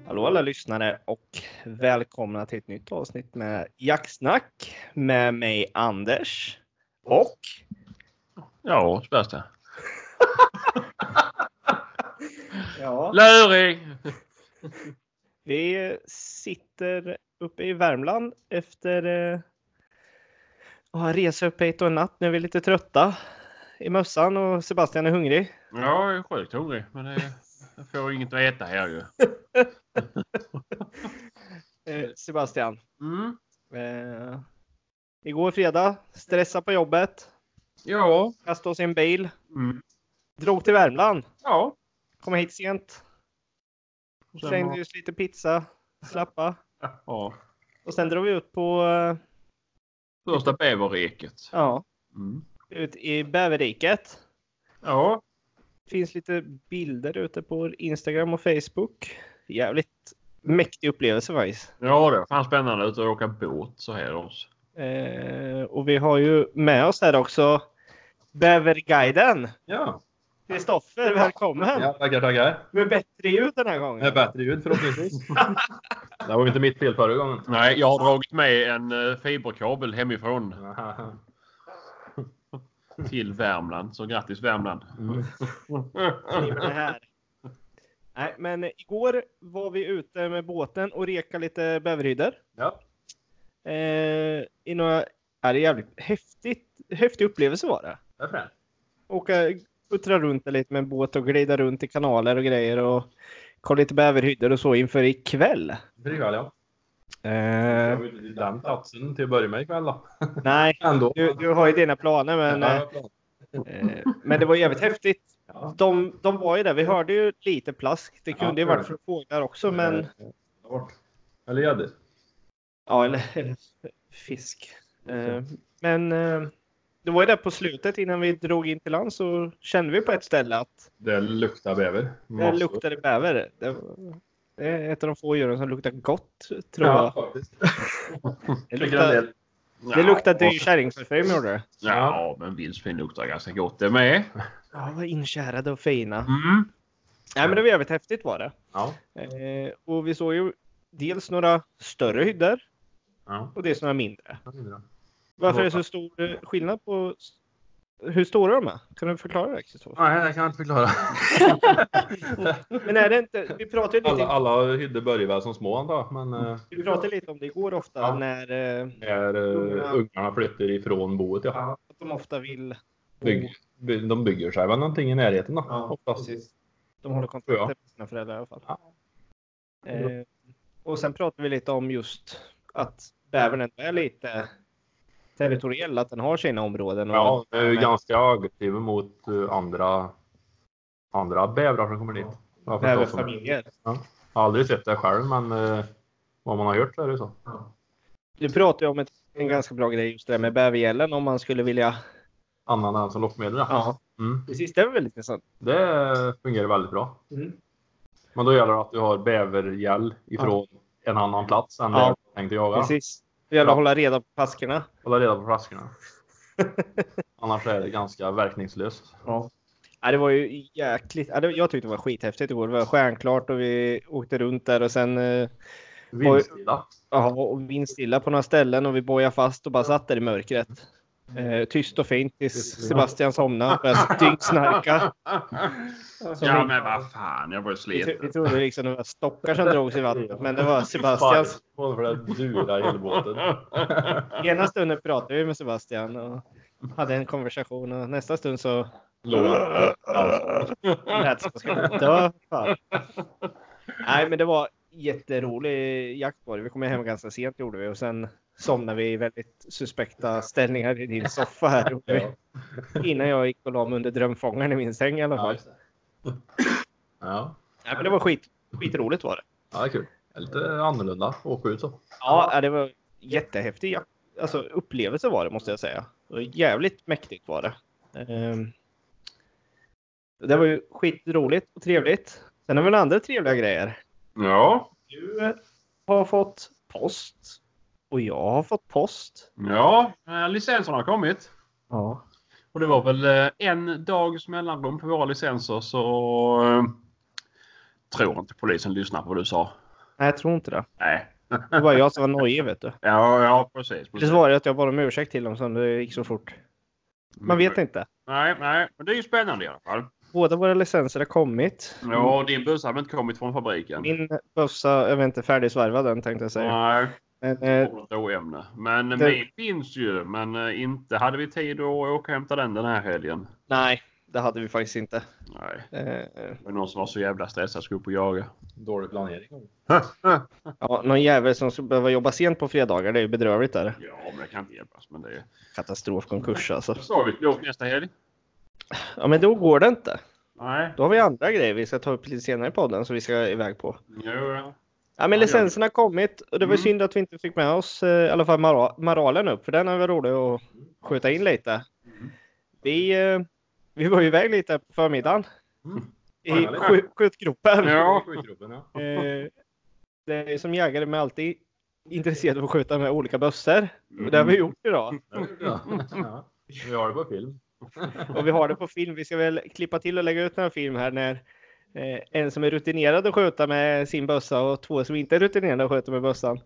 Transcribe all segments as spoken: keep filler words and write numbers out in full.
Hallå alla lyssnare och välkomna till ett nytt avsnitt med Jaktsnack med mig Anders och ja, Sebastian. ja. Luring! Vi sitter uppe i Värmland efter eh, att resa upp hit och en natt. Nu är vi lite trötta i mössan och Sebastian är hungrig. Ja, jag är sjukt hungrig, men det, jag får inget att äta här ju. eh, Sebastian. Mm. Eh, igår fredag, stressa på jobbet. Ja. Kastade oss i en bil. Mm. Drog till Värmland. Ja. Kom hit sent. Slängde just lite pizza. Slappa. Ja. Och sen drog vi ut på... Uh, första bäverreket. Ja. Mm. Ut i Bäverriket. Ja. Finns lite bilder ute på Instagram och Facebook. Jävligt mäktig upplevelse faktiskt. Ja, det fanns spännande ut att åka båt så här också. Eh, och vi har ju med oss här också Bäverguiden. Ja. Kristoffer, välkommen. Ja, tackar, tackar. Med bättre ljud den här gången. Med bättre ljud förhoppningsvis. Det var ju inte mitt fel förra gången. Nej, jag har dragit med en uh, fiberkabel hemifrån. Till Värmland. Så grattis Värmland. Mm. Det här. Nej, men igår var vi ute med båten och reka lite bäverhyddor. Ja. Eh, i några, är det jävligt häftigt, häftig upplevelse var det. Det är Åka, puttra runt lite med en båt och glida runt i kanaler och grejer och kolla lite bäverhyddor och så inför ikväll. Det är väl, ja. Eh, Jag var inte till den platsen till att börja med ikväll då. nej, Ändå. du, du har ju dina planer men, Ja, eh, men det var jävligt häftigt. Ja. De, de var ju där, vi hörde ju lite plask. Det kunde Ja, ju varit för fåglar också men... Eller gäddor. Ja, eller, eller fisk. Eh, men eh, det var ju där på slutet innan vi drog in till land så kände vi på ett ställe att Det luktar bäver. det Massor. luktade bäver. Det, det är ett av de få djuren som luktar gott, tror Ja, jag. faktiskt. Det Tycker en luktar, del. det luktar dyr kärringparfym, gjorde det. Ja, men vildsvin luktar ganska gott det med. Ja, vad inkärade och fina. Mm. Nej, men det var jävligt häftigt var det. Ja. Eh, och vi såg ju dels några större hyddor Ja. och dels några mindre. Ja, det är bra. Varför är det så stor eh, skillnad på hur stora de är? Kan du förklara det, Kristoffer? Nej, det kan jag inte förklara. Men är det inte, vi pratade lite, Alla, alla hyddor börjar väl som små antar jag, men eh, vi pratade lite om det igår ofta Ja. när eh, är uh, ungarna flyttar ifrån boet, ja. att de ofta vill Bygg, by, de bygger sig väl någonting i närheten då. Ja, oftast. precis. De håller kontakt Ja. med sina föräldrar i alla fall. Ja. Eh, och sen pratade vi lite om just att bävern ändå är lite territoriell, att den har sina områden. Och, Ja, de är ju ganska aggressiva mot uh, andra, andra bävrar som kommer dit. Jag har förstått som- bäverfamiljer. Ja. Jag har aldrig sett det själv, men uh, vad man har hört så är det så. Du pratade ju om ett, en ganska bra grej just det där med bävergällen om man skulle vilja... Annan än som lockmedel. Ja, Mm. precis. Det var väldigt intressant. Det fungerar väldigt bra. Mm. Men då gäller det att du har bävergäll ifrån en annan plats än Ja. där du tänkte jaga. Precis. Det gäller att hålla reda på paskerna. Hålla reda på flaskorna. Annars är det ganska verkningslöst. Ja. Ja, det var ju jäkligt. Ja, det, jag tyckte det var skithäftigt igår. Det var stjärnklart och vi åkte runt där och sen eh, Vindstilla. ja, och vindstilla på några ställen och vi bojade fast och bara satt där i mörkret. Eh, tyst och fint tills Sebastian somnade och började dyngsnarka. Ja, men vad fan, jag var Vi, slet. tro- vi trodde liksom det var stockar som drogs i vattnet, men det var Sebastians. Både för det dura i hela båten. Ena stunden pratade vi med Sebastian och hade en konversation och nästa stund så Låg. lät som att jag skulle dö. Fan. Nej, men det var jätterolig jakt på det. Vi kom hem ganska sent gjorde vi och sen somnade vi i väldigt suspekta ställningar i din soffa här. Gjorde vi. Innan jag gick och la mig under drömfångaren i min säng i alla fall. Ja, Nej, men det var skit, skitroligt var det. ja, det är kul. Det är lite annorlunda att åka ut så. Ja, det var jättehäftig jakt. Alltså upplevelse var det måste jag säga. Det var jävligt mäktigt var det. Ehm, Det var ju skitroligt och trevligt. Sen har vi andra trevliga grejer. Ja. Du har fått post och jag har fått post. Ja, eh, licenserna har kommit. Ja. Och det var väl eh, en dags mellanrum på våra licenser så eh, tror inte polisen lyssnar på vad du sa. Nej, jag tror inte det. Nej. Det var jag som var nojig, vet du. Ja, ja precis. Det var att jag bad om ursäkt till dem som det gick så fort. Man vet inte. Nej, nej. Men det är ju spännande i alla fall. Båda våra licenser har kommit. Ja, din buss har väl inte kommit från fabriken? Min bussa, jag vet inte, färdigsvarvad den tänkte jag säga. Nej. Men, Det eh, var ett oämne. Men det- min finns ju. Men eh, inte hade vi tid att åka och hämta den den här helgen. nej, det hade vi faktiskt inte. Nej. Eh, Det var någon som var så jävla stressad att gå upp och jaga. Dålig planering. ja, någon jävel som ska behöva jobba sent på fredagar, det är ju bedrövligt där. Ja, men det kan inte hjälpas. Men det är... Katastrofkonkurs alltså. Så vi skulle åka nästa helg? Ja, men då går det inte. Nej. Då har vi andra grejer vi ska ta upp lite senare i podden som vi ska iväg på. Jo, ja. Ja, men licenserna har kommit och det var Mm. synd att vi inte fick med oss eh, i alla fall Mara- Maralen upp, för den är väl rolig att skjuta in lite. Mm. Vi, eh, vi var ju iväg lite på förmiddagen Mm. i Ja, eller? skj- skjutgropen. Ja. Skjutgruppen, ja. Eh, det är som jägare med alltid intresserad av att skjuta med olika bössor. Mm. Och det har vi gjort idag. Ja. Ja. Vi har det på film. Och vi har det på film. Vi ska väl klippa till och lägga ut några film här när eh, en som är rutinerad att skjuta med sin bössa och två som inte är rutinerade att skjuta med bössan.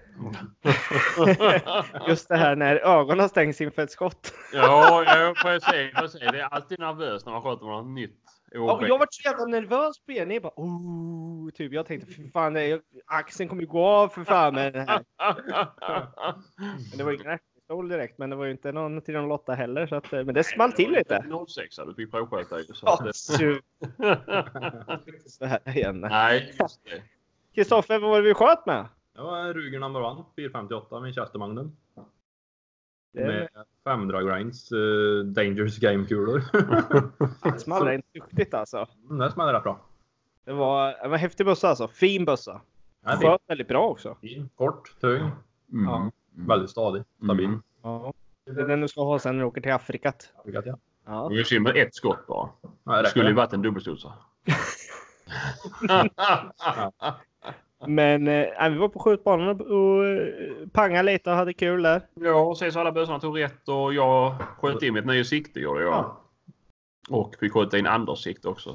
Just det här när ögonen stängs inför ett skott. Ja, ja precis, precis. Det är alltid nervöst när man sköter något nytt. Ja, jag var så jävla nervös på er. Ni bara, oh, typ. Jag tänkte, för fan, det är, axeln kommer ju gå av för fan med det här. Men det var ju ingen axelstol direkt, men det var ju inte någon till någon Lotta heller. Så att, men det small till lite. noll sex du fick provsköta ju. Så Ja, att det... så så här igen. Nej, just det. Kristoffer, vad var det vi sköt med? Det var en Ruger number one, fyra femtioåtta med Chestermagnum. Det Med femhundra grains uh, Dangerous Game-kulor. det small rent duktigt alltså. Mm, det smäller rätt bra. Det var, det var en häftig bössa alltså. Fin bössa. Ja, Sköt väldigt bra också. fin, kort, tung, Mm. Ja. väldigt stadig, stabil. Mm. Ja. Det är den du ska ha sen när du åker till Afrikat. Afrikat, ja. Ja. Det var synd med ett skott bara. Ja, det Det räcker. skulle ju varit en dubbelstudsare. Men äh, vi var på skjutbanan och, och eh, pangade lite och hade kul där. Ja, och sen så alla bössorna tog rätt och jag sköt in mitt nya sikte gjorde jag. Ja. Och vi sköt in Anders sikte också.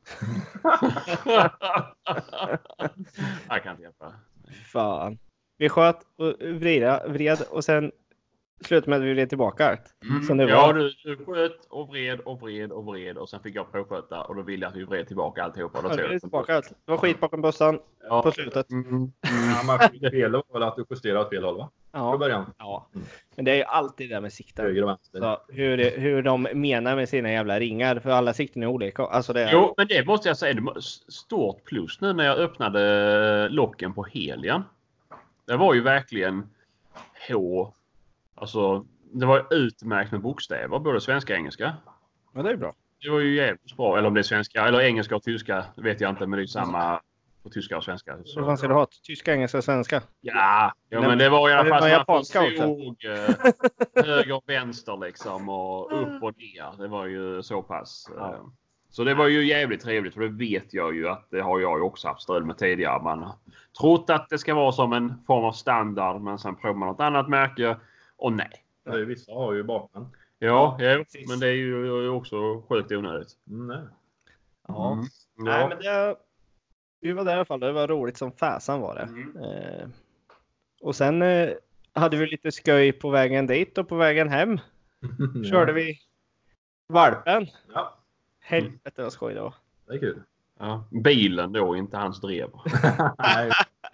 Jag kan inte hjälpa. Fan. Vi sköt och vrida, vred och sen slutade med att vi vred tillbaka. Som det Ja, var. du, du sköt och vred och vred och vred och sen fick jag provsköta och då ville jag att vi vred tillbaka alltihopa. Då Ja, vi tog vred jag- tillbaka allt. Det var skit bakom bössan Ja. på slutet. Mm. Ja, men fel var väl att du justerade åt fel håll, va? Från Ja. början. Ja. Men det är ju alltid det med sikten. Höger och vänster. Så hur, det- hur de menar med sina jävla ringar. För alla sikten är olika. Alltså det är... Jo, men det måste jag säga. Det var stort plus nu när jag öppnade locken på Helian. Det var ju verkligen H. Alltså, det var utmärkt med bokstäver, både svenska och engelska. Ja, det är bra. Det var ju jävligt bra. Eller om det är svenska, eller engelska och tyska, det vet jag inte, men det är samma på tyska och svenska. Så Så. vad ska du ha? Tyska, engelska, svenska? Ja, ja Men- men det var i Ja, alla det fall var så man japanska förstod eh, höger och vänster liksom och upp och ner. Det var ju så pass. eh. Ja. Så det var ju jävligt trevligt för det vet jag ju att det har jag ju också haft stöd med tidigare. Man har trott att det ska vara som en form av standard men sen provar man något annat märke och nej. Det är ju vissa har ju bakvänd. Ja, ja precis. men det är ju också sjukt onödigt. Mm, nej. Ja. Mm. Nej, Ja. men det... Vi var där i alla fall. Det var roligt som fasan var det. Mm. Eh, och sen eh, hade vi lite sköj på vägen dit och på vägen hem. Körde vi valpen. Ja, Helvete vad skoj det var. det är kul. Ja. Bilen då, inte hans drev. Nej,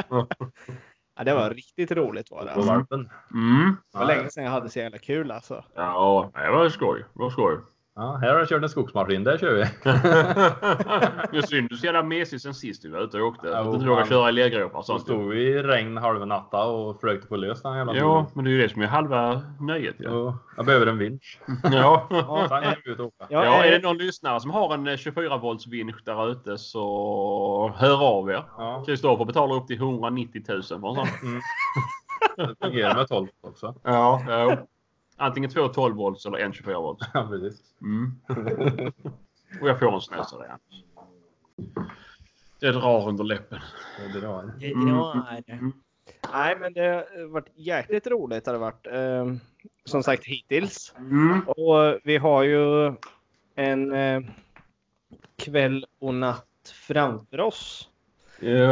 Ja, det var riktigt roligt var det. på Alltså. valpen. Mm. Det var länge sedan jag hade så jävla kul alltså. Ja, det var skoj. Det var skoj. Ja, här har jag kört en skogsmaskin, där kör vi. Det är synd du ser där mesig sen sist du var ute och åkte. Ja, Att du inte fan. vågar köra i lergropar och Så sånt. stod vi i regn halva natta och försökte få lös den jävla Ja, men det är ju det som är halva nöjet. Ja, Ja, jag behöver en vinsch. ja. Ja, sen kan vi ut och åka. Ja, Ja, är eh, det någon lyssnare som har en tjugofyra volts vinsch där ute så hör av er. Ja, Kristoffer betalar upp till hundranittio tusen för en sån. det fungerar med tolv också. Ja, ja. Antingen två tolv volts eller en tjugofyra volts. Ja, precis. Mm. Och jag får en snösare igen. Det drar under läppen. Det drar. det Mm. var det. Nej, men det har varit jäkligt roligt har det varit. Eh, som sagt hittills. Mm. Och vi har ju en eh, kväll och natt framför oss. Ja.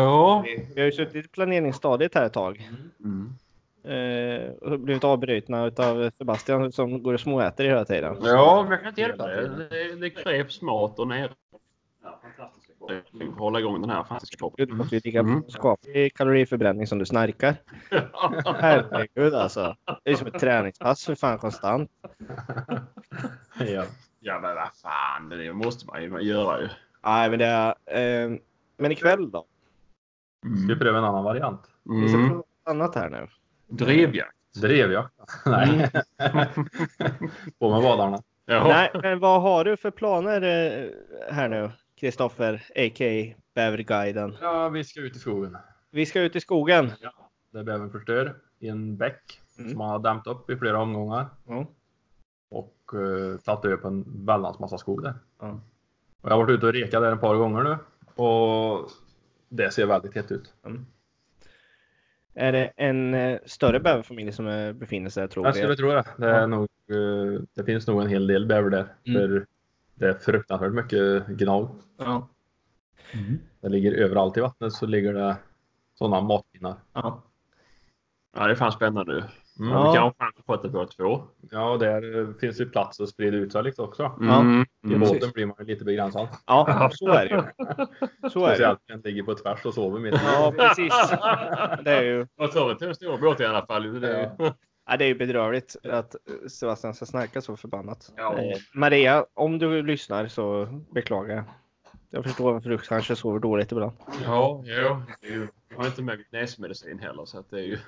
vi. Vi har ju suttit i planeringsstadiet här ett tag. Mm. Eh, och blivit avbrutna av Sebastian som går och småäter hela tiden. Ja, men jag kan inte hjälpa det. Det, det krävs mat och ner. Ja, fantastiska kroppen. Vi får hålla igång den här fantastiska kroppen. Du måste ju digga Mm. på skaplig kaloriförbränning som du snarkar. Herregud alltså. Det är som ett träningspass för fan konstant. Ja. Ja, men vad fan. Det måste man ju göra ju. Nej, men det är... Eh, men ikväll då? Ska vi pröva en annan variant? Vi ska Mm. prova något annat här nu. Drevjakt. Drevjakt? Nej. På med badarna. Ja. Nej, men vad har du för planer eh, här nu, Kristoffer, a k a. Bäverguiden? Ja, vi ska ut i skogen. Vi ska ut i skogen. Ja. Där bävern förstör i en bäck Mm. som man har dämt upp i flera omgångar. Ja. Och uh, tagit upp en väldans massa skog där. Ja. Och jag har varit ute och rekat där ett par gånger nu. Och det ser väldigt hett ut. Mm. Är det en eh, större bäverfamilj som eh, befinner sig där, tror Jag skulle jag? tro det. Det, är Ja. nog, uh, det finns nog en hel del bäver där. Mm. För det är fruktansvärt mycket gnag. Ja. Det ligger överallt i vattnet så ligger det sådana matpinnar. Ja. Ja, det är fan spännande nu. Mm. Ja. Vi kan ha chans att sköta båda två. Ja, där uh, finns ju plats att sprida ut sig lite också. Mm. I Mm. båten blir man ju lite begränsad. Ja, så är det ju. Så är det. Speciellt när den ligger på tvärs och sover mitt i. Ja, precis. Det är ju, Jag tar till en stor båt i alla fall. Det är ju... ja, det är ju bedrövligt att Sebastian ska snarka så förbannat. Ja. Eh, Maria, om du lyssnar så beklagar jag. Jag förstår varför du kanske sover dåligt ibland. Ja, ja. Det är ju... Jag har inte med näsmedicin heller så att det är ju...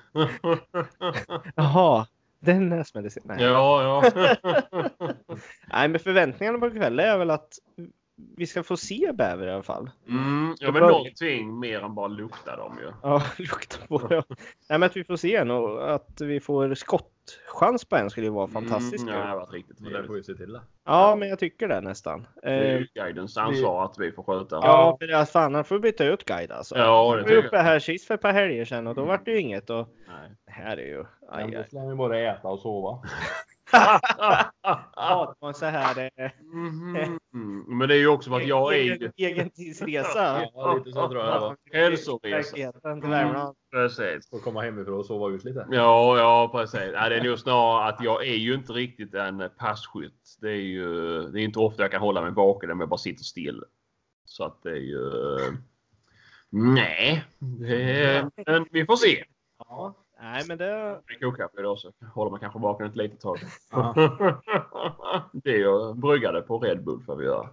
Jaha, den näsmedicin. Nej. Ja, ja. Nej, men förväntningarna på kvällen är väl att vi ska få se bäver i alla fall. Mm, ja, men någonting mer än bara lukta dem ju. Ja, lukta på det. Nej, men att vi får se en och att vi får skottchans på en skulle ju vara fantastiskt. Mm, ja, det har varit riktigt Men det får trevligt. ju se till det. Ja, men jag tycker det nästan. Det är Eh, ju guidens ansvar att vi får sköta. ja, för det är fan, han får byta ut guide alltså. Ja, det Vi var tycker uppe jag. här sist för ett par helger sedan och då var det ju inget. Och Nej. det här är ju... Aj, Aj, aj. då ska vi bara äta och sova. Ja, det var så här... Eh, Mhm. Men det är ju också för att jag är ju... egen, egentidsresa. Ja, lite så tror jag det var. Hälsoresa. Verkligheten till Värmland. Precis. Får komma hemifrån och sova ut lite. Ja, ja, precis. Ja, det är nog snarare att jag är ju inte riktigt en passskytt. Det är ju det är inte ofta jag kan hålla mig vaken om jag bara sitter still. Så att det är ju... Nej, det är... men vi får se. Ja, nej men det... Det kokar på idag så håller man kanske vaken ett litet tag. Ja. Det är ju bryggade på Red Bull för vi gör.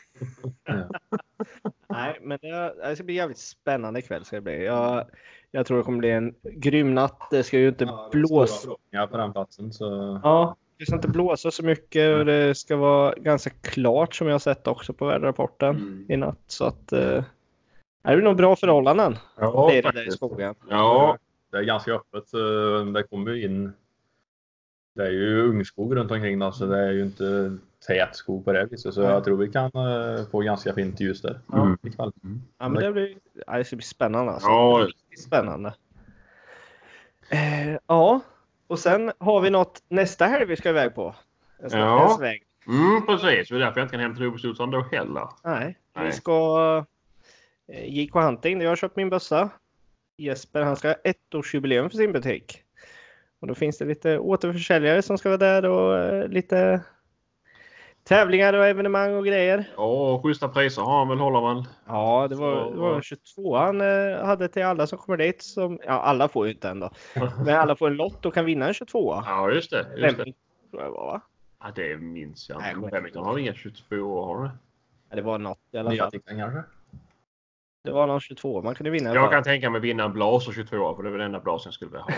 Nej, men det, det ska bli jävligt spännande ikväll ska det bli. Jag, jag tror det kommer bli en grym natt. Det ska ju inte Ja, blåsa. Ja, på den platsen så... Ja, det ska inte blåsa så mycket och det ska vara ganska klart som jag har sett också på väderrapporten Mm. i natt. Så att eh, det blir nog bra förhållanden. Ja, det är det där i faktiskt. skogen. Ja, Det är ganska öppet. så Det kommer ju in... Det är ju ungskog runt omkring då, så det är ju inte tät skog på det viset. Så Nej. jag tror vi kan eh, få ganska fint ljus där. Mm. Ikväll. Ja, men det blir, ja, det ska bli spännande alltså. Ja. Riktigt spännande. Eh, ja, och sen har vi något nästa helg vi ska iväg på. En sån- Ja. en sväng. mm, precis. Det är därför jag inte kan hämta dubbelstudsaren då heller. Nej, vi Nej. ska eh, J K Hunting. Jag har köpt min bössa. Jesper han ska ha ettårsjubileum för sin butik. Och då finns det lite återförsäljare som ska vara där och eh, lite tävlingar och evenemang och grejer. Ja, och schyssta priser har han väl, håller man. Ja, det var, Så- det var tjugotvå han eh, hade till alla som kommer dit. Som, ja, alla får ju inte ändå. Men alla får en lott och kan vinna en tjugotvå. Ja, just det. Just det. Remington tror jag det var, va? Ja, det minns jag Nej, inte. skit. Remington har inga tjugotvå år, har du? Ja, det var något i alla Nya fall. artiklar kanske? Det var någon tjugotvå. Man kunde vinna i alla Jag fall. kan tänka mig vinna en Blaser tjugotvå, för det är väl den enda Blasen jag skulle vilja ha.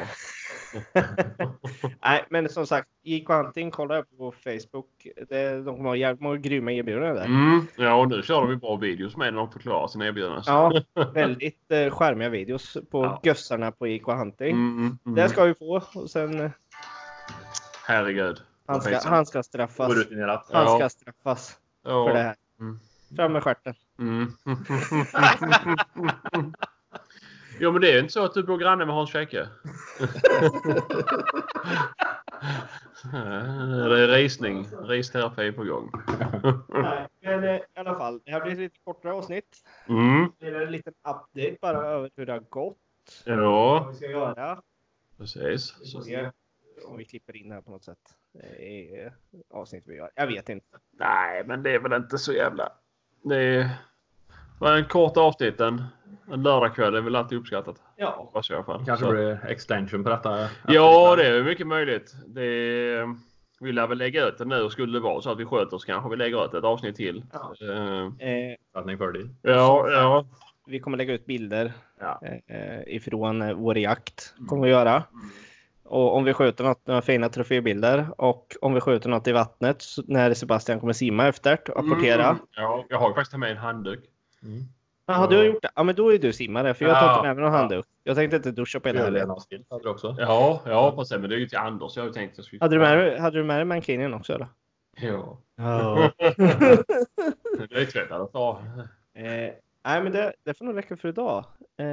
Nej, men som sagt, J K Hunting, kolla upp på Facebook. Det, de kommer ha jävligt många grymma erbjudanden där. Mm. Ja, och nu kör de ju bra videos med när de förklarar sina erbjudanden. Ja, väldigt eh, charmiga videos på Ja. gössarna på J K Hunting. Mm, mm. Det ska vi få. Och sen eh, Herregud. han ska, Vad han ska straffas. Orutinerat. Han Ja. ska straffas Ja. för det här. Mm. Fram med stjärten. Mm. Jo, men det är ju inte så att du bor granne med Hans Schäcke. Det är resning, resterapi på gång. Nej, men men eh, i alla fall, det här blir ett lite kortare avsnitt. Mm. Det är en liten update bara över hur det har gått. Ja, Vad vi ska göra. precis. Vi får se om vi klipper in det här på något sätt. I eh, avsnitt vi gör. Jag vet inte. Nej, men det är väl inte så jävla... Det var en kort avsnitt. En, en lördagkväll är väl alltid uppskattat. Ja. Hoppas jag i alla fall. Kanske Så. blir extension på detta. Ja, det är mycket möjligt. Det... Vi lär väl lägga ut det nu, och skulle det vara så att vi sköter oss kanske vi lägger ut ett avsnitt till. Ja. Uh, Eh, Satsning för det. ja, ja. vi kommer lägga ut bilder Ja. eh, ifrån eh, vår jakt. Kommer vi göra. Och om vi skjuter något, några fina trofébilder, och om vi skjuter något i vattnet när Sebastian kommer simma efter och apportera. Mm. Ja, jag har ju faktiskt med en handduk. Mm. Jaha, du har gjort det? Ja, men då är du simmare, för jag tar Ja. inte med mig någon handduk. Jag tänkte inte duscha på hela helgen. Överlevnadsskill hade du också. Ja, ja, precis. Men det är ju till Anders. Jag har ju tänkt att jag skulle... Hade du med dig, hade du med dig mankinen också eller? Ja. Ja. Det är tvättat att ta. eh, nej, men det, det får nog räcka för idag.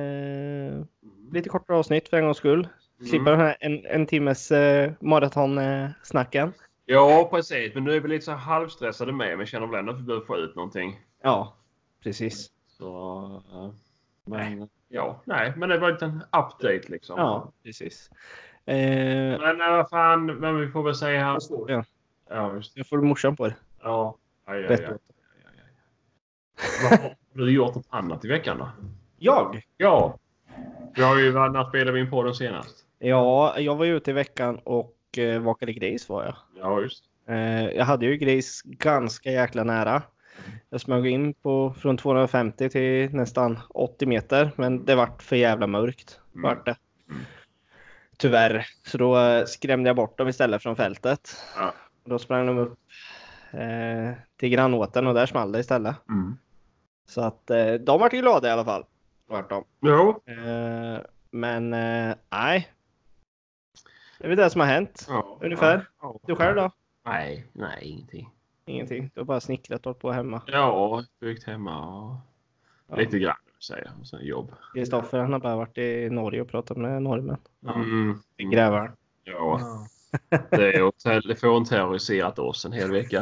Eh, lite kortare avsnitt för en gångs skull. Slippa den här en, en timmes eh, maraton-snacken. Ja, precis. Men nu är vi lite så här halvstressade med. Men känner väl ändå att vi behöver få ut någonting. Ja, precis. Så, uh, men ja, nej. Men det var en liten update liksom. Ja, precis. Eh, Men uh, vad fan, men vi får väl säga här. ja, Ja, just det. jag får morsan på det. Ja. Aj, aj, aj. Rätt aj, åt. aj, aj. Vad har du gjort något annat i veckan då? Jag? Ja. Vi har ju, när spelade vi in på den senast? Ja, jag var ju ute i veckan och eh, vakade gris var jag. Ja, just. Eh, jag hade ju gris ganska jäkla nära. Jag smög in på från tvåhundrafemtio till nästan åttio meter, men det vart för jävla mörkt. Mm. Vart det. Mm. Tyvärr. Så då eh, skrämde jag bort dem istället från fältet. Ja. Och då sprang de upp eh, till grannåten och där small det istället. Mm. Så att eh, de vart ju glada i alla fall. Vart de. Jo. Eh, men eh, nej. Det är väl det som har hänt. Ja. Ungefär. Ja. Du själv då? Nej, nej, ingenting. Ingenting. Du har bara snickrat och hållit på hemma. Ja, byggt hemma och Ja. lite grann, säger jag. Och sen jobb. Kristoffer, han har bara varit i Norge och pratat med norrmän. Mm. Grävaren. Ja, det är och telefonterroriserat oss en hel vecka.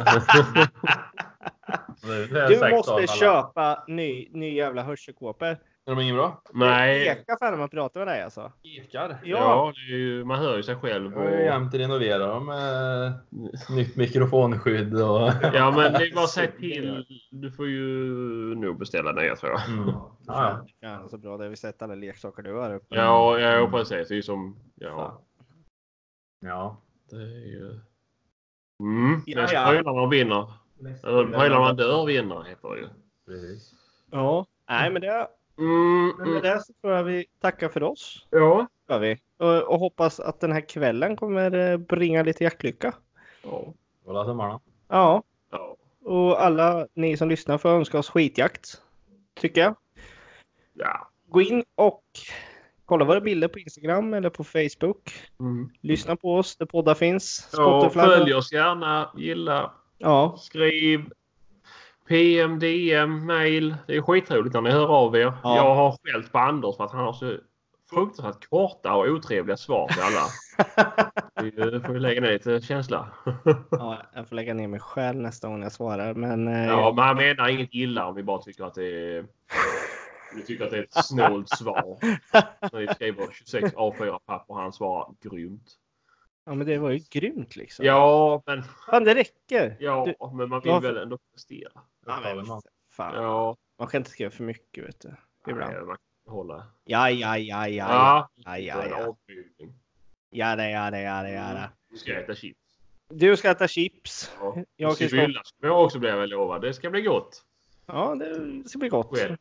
Du måste köpa ny, ny jävla hörselkåpor. Är de inget bra? Nej. Eka för när man pratar med dig alltså. Ekar. Ja. Ja, det är ju, man hör ju sig själv. Jag har Och... ju jämt renoverat dem med nytt mikrofonskydd och... Ja, men det är bara att säga till. Du får ju nog beställa nya, tror jag. Mm. Ja, Ja, så bra. Det har vi sett alla leksaker du har uppe. Ja, ja, precis. Det är ju som... Ja, ja. det är ju... Mm, Ja, mest ja. brölarna vinner. Eller brölarna dör vinner, heter det ju. Precis. Ja. Nej, men det... Mm, Men med det så tror jag vi tackar för oss. Ja. Gör vi. Och, och hoppas att den här kvällen kommer eh, bringa lite jaktlycka. Ja. Hålla tummarna. Ja. Ja. Och alla ni som lyssnar får önska oss skitjakt. Tycker jag. Ja. Gå in och kolla våra bilder på Instagram eller på Facebook. Mm. Lyssna på oss där poddar finns. Ja, Spotify. följ oss gärna, gilla, Ja. skriv, P M, D M, mail. Det är skitroligt när ni hör av er. Ja. Jag har skällt på Anders för att han har så fruktansvärt korta och otrevliga svar till alla. Vi får ju lägga ner lite känsla. Ja, jag får lägga ner mig själv nästa gång jag svarar. Men, eh, Ja, men han menar inget illa om vi bara tycker att det är... Vi tycker att det är ett snålt svar. Så vi skriver tjugosex A fyra papper och han svarar grymt. ja, men det var ju grymt liksom. Ja, men... Fan, det räcker. Ja, Du- men man vill Ja, väl ändå prestera. Ja, men, fan. Ja. Man kan inte skriva för mycket, vet du. Ibland. Nej, man kan hålla. Ja, ja, ja, ja. Ja, Ja, ja, en ja. avbjudning. Ja, det, ja, det, ja, det, ja, det. Du ska äta chips. Du ska äta chips. Ja. Jag Jag och ska Kristoffer. fylla ska jag också bli väl lovad. Det ska bli gott. Ja, det ska bli gott. Själv.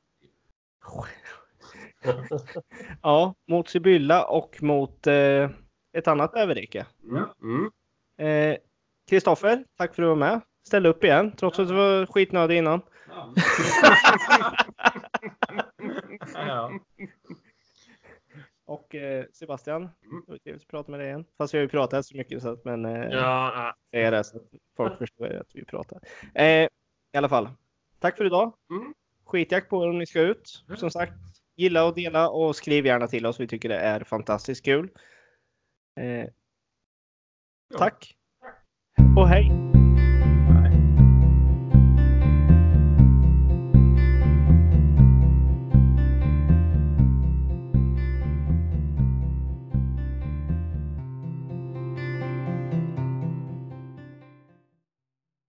Ja, mot Sibylla och mot eh, ett annat överrike. Mm. Mm. Eh, Kristoffer, tack för att du var med. Ställ upp igen, trots att du var skitnödig innan. Ja. Och eh, Sebastian, det var trevligt att prata med dig igen. Fast vi har ju pratat så mycket så att, men eh, Ja, det är det så att folk förstår att vi pratar. Eh, I alla fall, tack för idag. Mm. Skitjakt på er om ni ska ut. Som sagt, gilla och dela och skriv gärna till oss. Vi tycker det är fantastiskt kul. Eh, tack. Och hej.